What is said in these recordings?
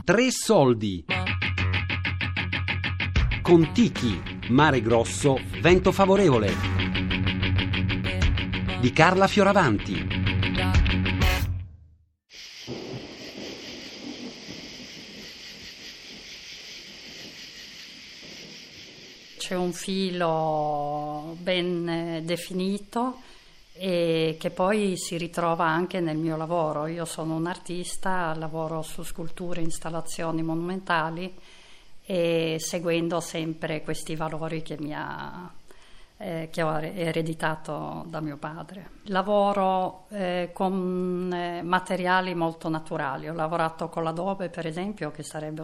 Tre soldi. Contichi, mare grosso, vento favorevole. Di Carla Fioravanti. C'è un filo ben definito e che poi si ritrova anche nel mio lavoro. Io sono un artista, lavoro su sculture e installazioni monumentali e seguendo sempre questi valori che ho ereditato da mio padre. Lavoro con materiali molto naturali. Ho lavorato con l'adobe, per esempio, che sarebbe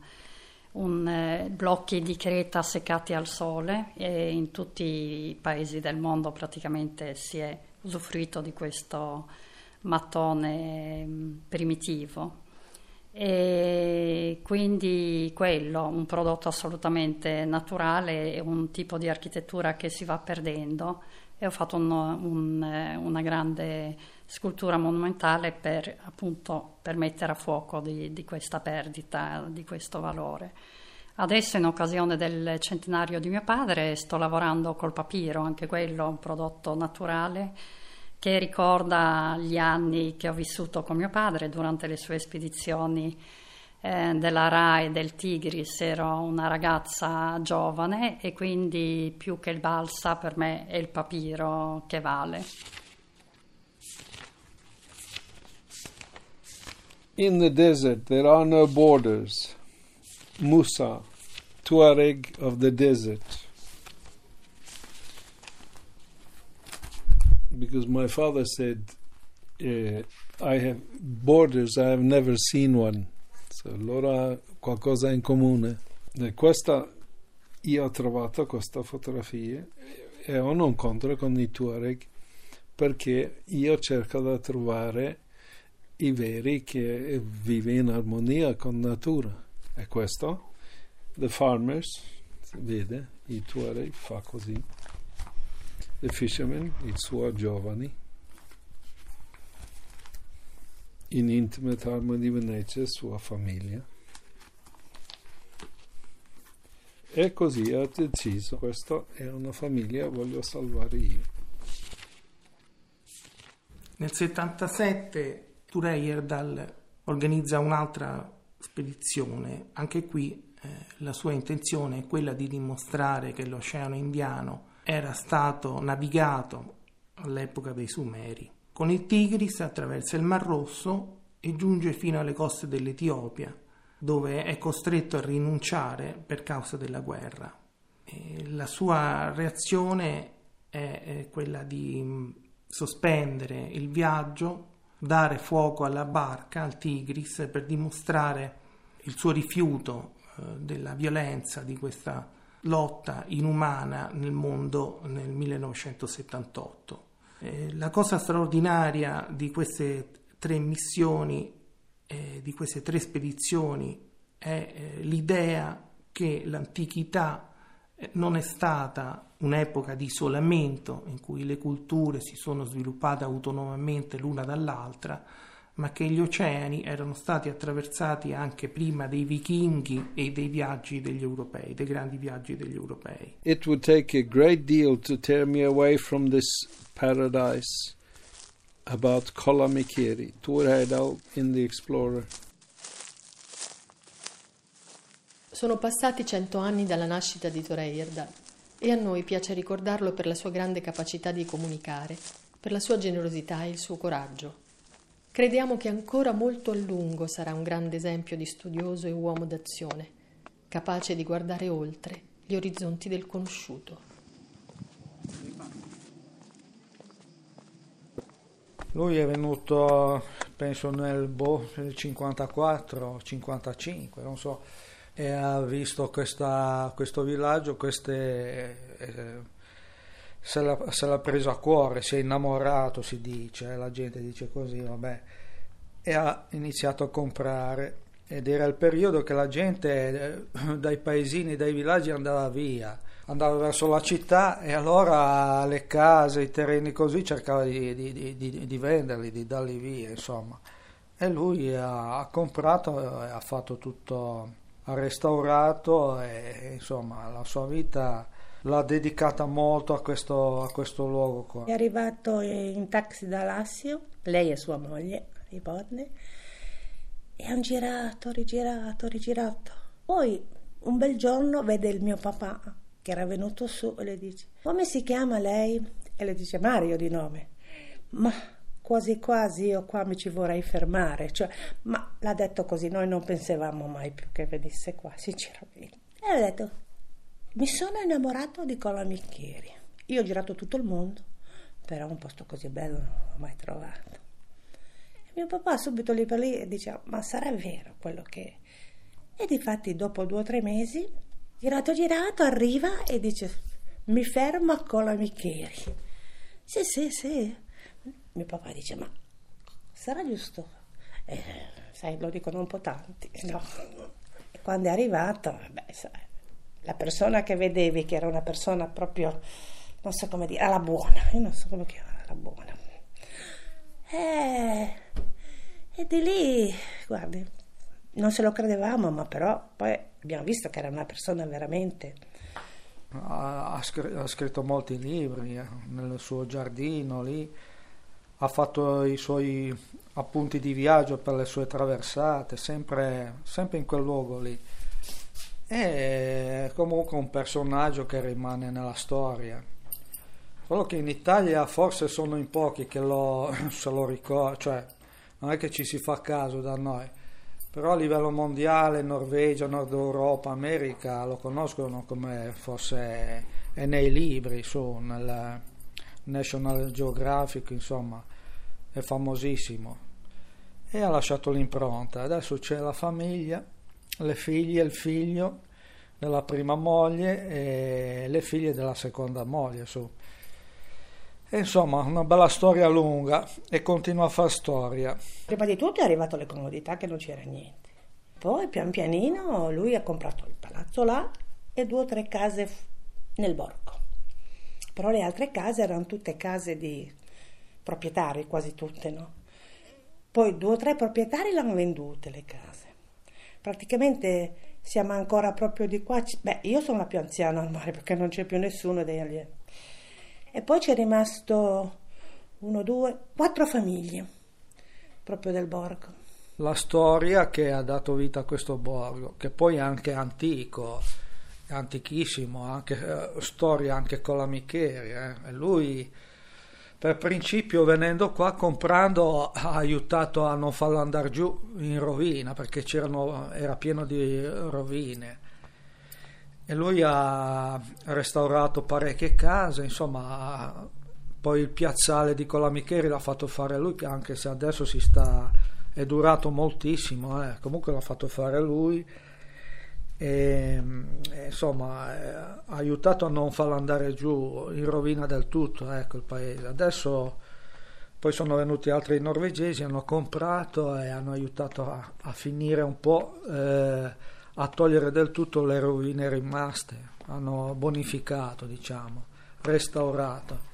blocchi di creta seccati al sole, e in tutti i paesi del mondo praticamente si è usufruito di questo mattone primitivo, e quindi quello, un prodotto assolutamente naturale, un tipo di architettura che si va perdendo, e ho fatto una grande scultura monumentale per mettere a fuoco di questa perdita, di questo valore. Adesso, in occasione del centenario di mio padre, sto lavorando col papiro, anche quello un prodotto naturale che ricorda gli anni che ho vissuto con mio padre durante le sue spedizioni della Ra e del Tigris. Ero una ragazza giovane e quindi più che il balsa per me è il papiro che vale. In the desert there are no borders. Musa, Tuareg of the desert. Because my father said, I have borders, I have never seen one. So, allora qualcosa in comune. E questa, io ho trovato questa fotografia e ho un incontro con i Tuareg, perché io cerco di trovare i veri che vive in armonia con natura. E questo, the farmers, si vede, i Tuareg fa così, the fishermen, i suoi giovani, in intimate harmony with nature, sua famiglia. E così ho deciso, questa è una famiglia, voglio salvare io. Nel 77 Ture Heyerdahl organizza un'altra spedizione. Anche qui la sua intenzione è quella di dimostrare che l'Oceano Indiano era stato navigato all'epoca dei Sumeri. Con il Tigris attraversa il Mar Rosso e giunge fino alle coste dell'Etiopia, dove è costretto a rinunciare per causa della guerra. La sua reazione è quella di sospendere il viaggio, dare fuoco alla barca, al Tigris, per dimostrare il suo rifiuto della violenza di questa lotta inumana nel mondo nel 1978. La cosa straordinaria di queste tre missioni, di queste tre spedizioni, è l'idea che l'antichità non è stata un'epoca di isolamento in cui le culture si sono sviluppate autonomamente l'una dall'altra, ma che gli oceani erano stati attraversati anche prima dei vichinghi e dei viaggi degli europei, dei grandi viaggi degli europei. It would take a great deal to tear me away from this paradise about Kolamikiri, Ture Heyerdahl in The Explorer. Sono passati 100 anni dalla nascita di Ture Heyerdahl e a noi piace ricordarlo per la sua grande capacità di comunicare, per la sua generosità e il suo coraggio. Crediamo che ancora molto a lungo sarà un grande esempio di studioso e uomo d'azione, capace di guardare oltre gli orizzonti del conosciuto. Lui è venuto, penso, nel 54, 55, non so, e ha visto questo villaggio, se l'ha preso a cuore, si è innamorato, si dice, la gente dice così, vabbè, e ha iniziato a comprare, ed era il periodo che la gente dai paesini, dai villaggi andava via, andava verso la città, e allora le case, i terreni così cercava di venderli, di darli via, insomma. e lui ha comprato e ha fatto tutto, ha restaurato e insomma la sua vita l'ha dedicata molto a questo luogo qua. È arrivato in taxi da Lassio, lei e sua moglie, Ribonne, e hanno rigirato. Poi un bel giorno vede il mio papà che era venuto su e le dice: come si chiama lei? E le dice: Mario di nome. Ma quasi quasi io qua mi ci vorrei fermare, cioè, ma l'ha detto così, noi non pensavamo mai più che venisse qua, sinceramente. E ha detto: mi sono innamorato di Colamicchieri. Io ho girato tutto il mondo, però un posto così bello non l'ho mai trovato. E mio papà subito lì per lì dice: ma sarà vero quello che... E difatti dopo 2 o 3 mesi, girato, arriva e dice: mi fermo a Colamicchieri. Sì. Mio papà dice: ma sarà giusto? Sai, lo dicono un po' tanti, no? E quando è arrivato, sai, la persona che vedevi, che era una persona proprio, non so come dire, alla buona, io non so come chiamare, alla buona. E di lì, guardi, non se lo credevamo, ma però poi abbiamo visto che era una persona veramente... Ha scritto molti libri nel suo giardino lì, ha fatto i suoi appunti di viaggio per le sue traversate, sempre in quel luogo lì. È comunque un personaggio che rimane nella storia. Solo che in Italia forse sono in pochi che se lo ricordano, cioè non è che ci si fa caso da noi, però a livello mondiale, Norvegia, Nord Europa, America lo conoscono come fosse è nei libri, nel National Geographic, insomma, è famosissimo e ha lasciato l'impronta. Adesso c'è la famiglia, le figlie, il figlio della prima moglie e le figlie della seconda moglie, E insomma, una bella storia lunga e continua a far storia. Prima di tutto è arrivato alle comodità che non c'era niente. Poi pian pianino lui ha comprato il palazzo là e 2 o 3 case nel borgo. Però le altre case erano tutte case di proprietari, quasi tutte, no? Poi 2 o 3 proprietari l'hanno vendute le case. Praticamente siamo ancora proprio di qua. Io sono la più anziana ormai perché non c'è più nessuno degli alieni. E poi c'è rimasto 1, 2, 4 famiglie proprio del borgo. La storia che ha dato vita a questo borgo, che poi è anche antico, è antichissimo, anche storia anche Colamicchieri. E lui per principio venendo qua, comprando, ha aiutato a non farlo andare giù in rovina, perché era pieno di rovine. E lui ha restaurato parecchie case, insomma, poi il piazzale di Colamicchieri l'ha fatto fare lui, anche se adesso è durato moltissimo, comunque l'ha fatto fare lui e insomma ha aiutato a non farlo andare giù in rovina del tutto, ecco, il paese. Adesso poi sono venuti altri norvegesi, hanno comprato e hanno aiutato a finire un po', a togliere del tutto le rovine rimaste, hanno bonificato, diciamo, restaurato.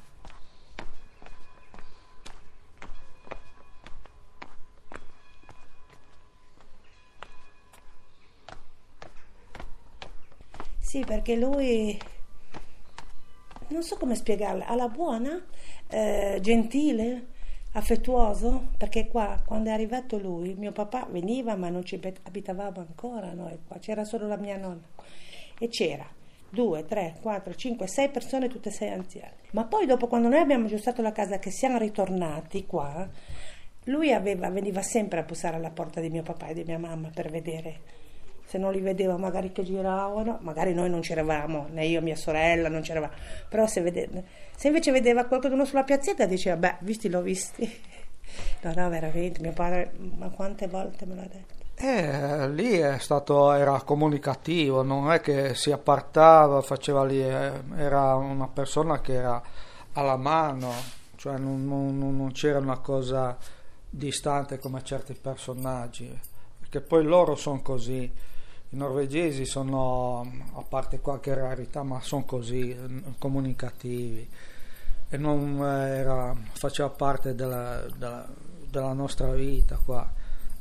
Sì, perché lui, non so come spiegarle, alla buona, gentile, affettuoso, perché qua quando è arrivato lui, mio papà veniva ma non ci abitavamo ancora noi qua, c'era solo la mia nonna e c'era 2, 3, 4, 5, 6 persone, tutte 6 anziane. Ma poi dopo, quando noi abbiamo aggiustato la casa, che siamo ritornati qua, lui veniva sempre a bussare alla porta di mio papà e di mia mamma per vedere se non li vedeva, magari che giravano, magari noi non c'eravamo, né io, mia sorella, non c'eravamo, però se invece vedeva qualcuno sulla piazzetta diceva, l'ho visti. No, veramente, mio padre, ma quante volte me l'ha detto. Lì era comunicativo, non è che si appartava, faceva lì, era una persona che era alla mano, cioè non c'era una cosa distante come certi personaggi, perché poi loro sono così. I norvegesi sono, a parte qualche rarità, ma sono così, comunicativi, e non faceva parte della nostra vita qua.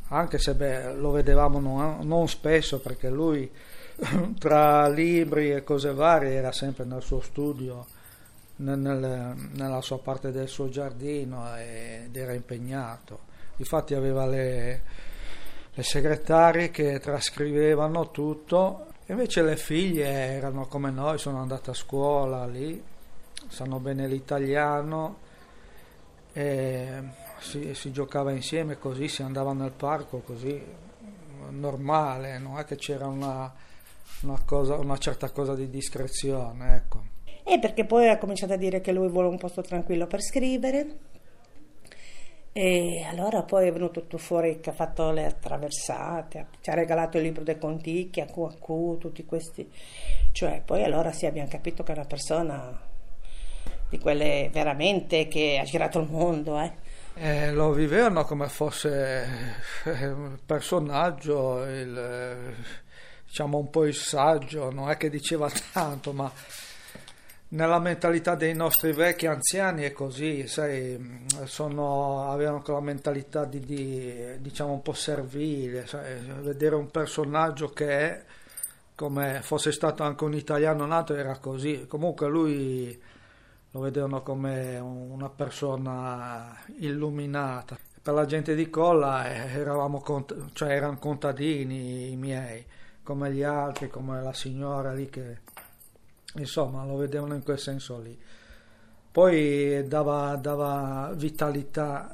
anche se lo vedevamo non spesso, perché lui tra libri e cose varie era sempre nel suo studio, nella sua parte del suo giardino, ed era impegnato. Infatti aveva le segretarie che trascrivevano tutto. Invece le figlie erano come noi, sono andate a scuola lì, sanno bene l'italiano, e si giocava insieme così, si andava nel parco così, normale, non è che c'era una certa cosa di discrezione, ecco. E perché poi ha cominciato a dire che lui vuole un posto tranquillo per scrivere, e allora poi è venuto tutto fuori che ha fatto le attraversate, ci ha regalato il libro dei Conticchi, a tutti questi, cioè poi allora sì, abbiamo capito che è una persona di quelle veramente che ha girato il mondo, Lo vivevano come fosse un personaggio, diciamo un po' il saggio, non è che diceva tanto, ma nella mentalità dei nostri vecchi anziani è così, sai, avevano quella mentalità diciamo un po' servile, sai, vedere un personaggio che è come fosse stato anche un italiano nato era così. Comunque lui lo vedevano come una persona illuminata. Per la gente di Colla erano contadini i miei, come gli altri, come la signora lì che insomma lo vedevano in quel senso lì. Poi dava vitalità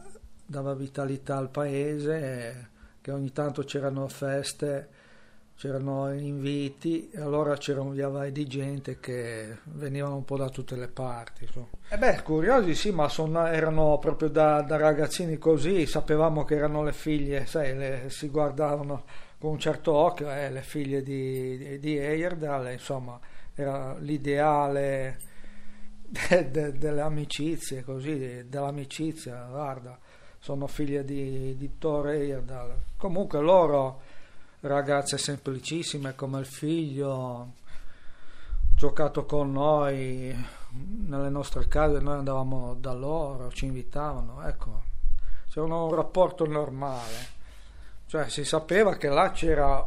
al paese, che ogni tanto c'erano feste, c'erano inviti, e allora c'era un via vai di gente che venivano un po' da tutte le parti, insomma. Curiosi sì, ma erano proprio da ragazzini così, sapevamo che erano le figlie, sai, si guardavano con un certo occhio, le figlie di Heyerdahl, insomma era l'ideale delle amicizie, così, dell'amicizia. Guarda, sono figlie di Thor Heyerdahl. Comunque loro, ragazze semplicissime come il figlio, giocato con noi nelle nostre case, noi andavamo da loro, ci invitavano, ecco, c'era un rapporto normale. Cioè si sapeva che là c'era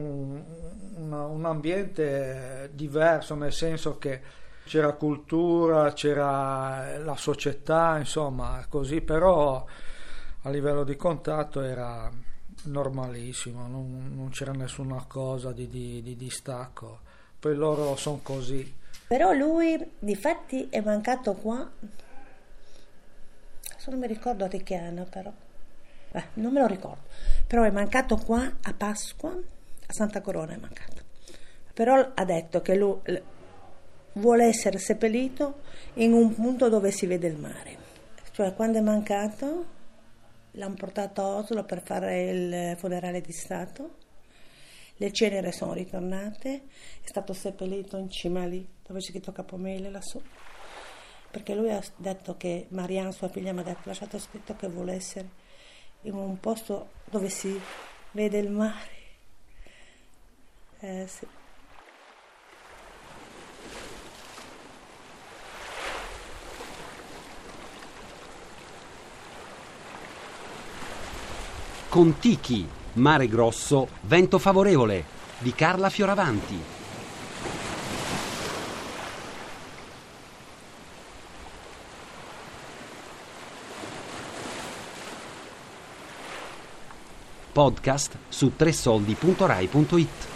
un ambiente diverso, nel senso che c'era cultura, c'era la società, insomma, così, però a livello di contatto era normalissimo, non c'era nessuna cosa di distacco. Poi loro sono così. Però lui, difatti, è mancato qua, adesso non mi ricordo di che anno, però. Non me lo ricordo, però è mancato qua a Pasqua, a Santa Corona è mancato, però ha detto che lui vuole essere seppellito in un punto dove si vede il mare, cioè quando è mancato l'hanno portato a Oslo per fare il funerale di Stato, le ceneri sono ritornate, è stato seppellito in cima lì dove c'è scritto Capomele lassù, perché lui ha detto che Marianne, sua figlia, mi ha detto, lasciato scritto che vuole essere in un posto dove si vede il mare. Sì. Contichi, mare grosso, vento favorevole di Carla Fioravanti. Podcast su 3soldi.rai.it.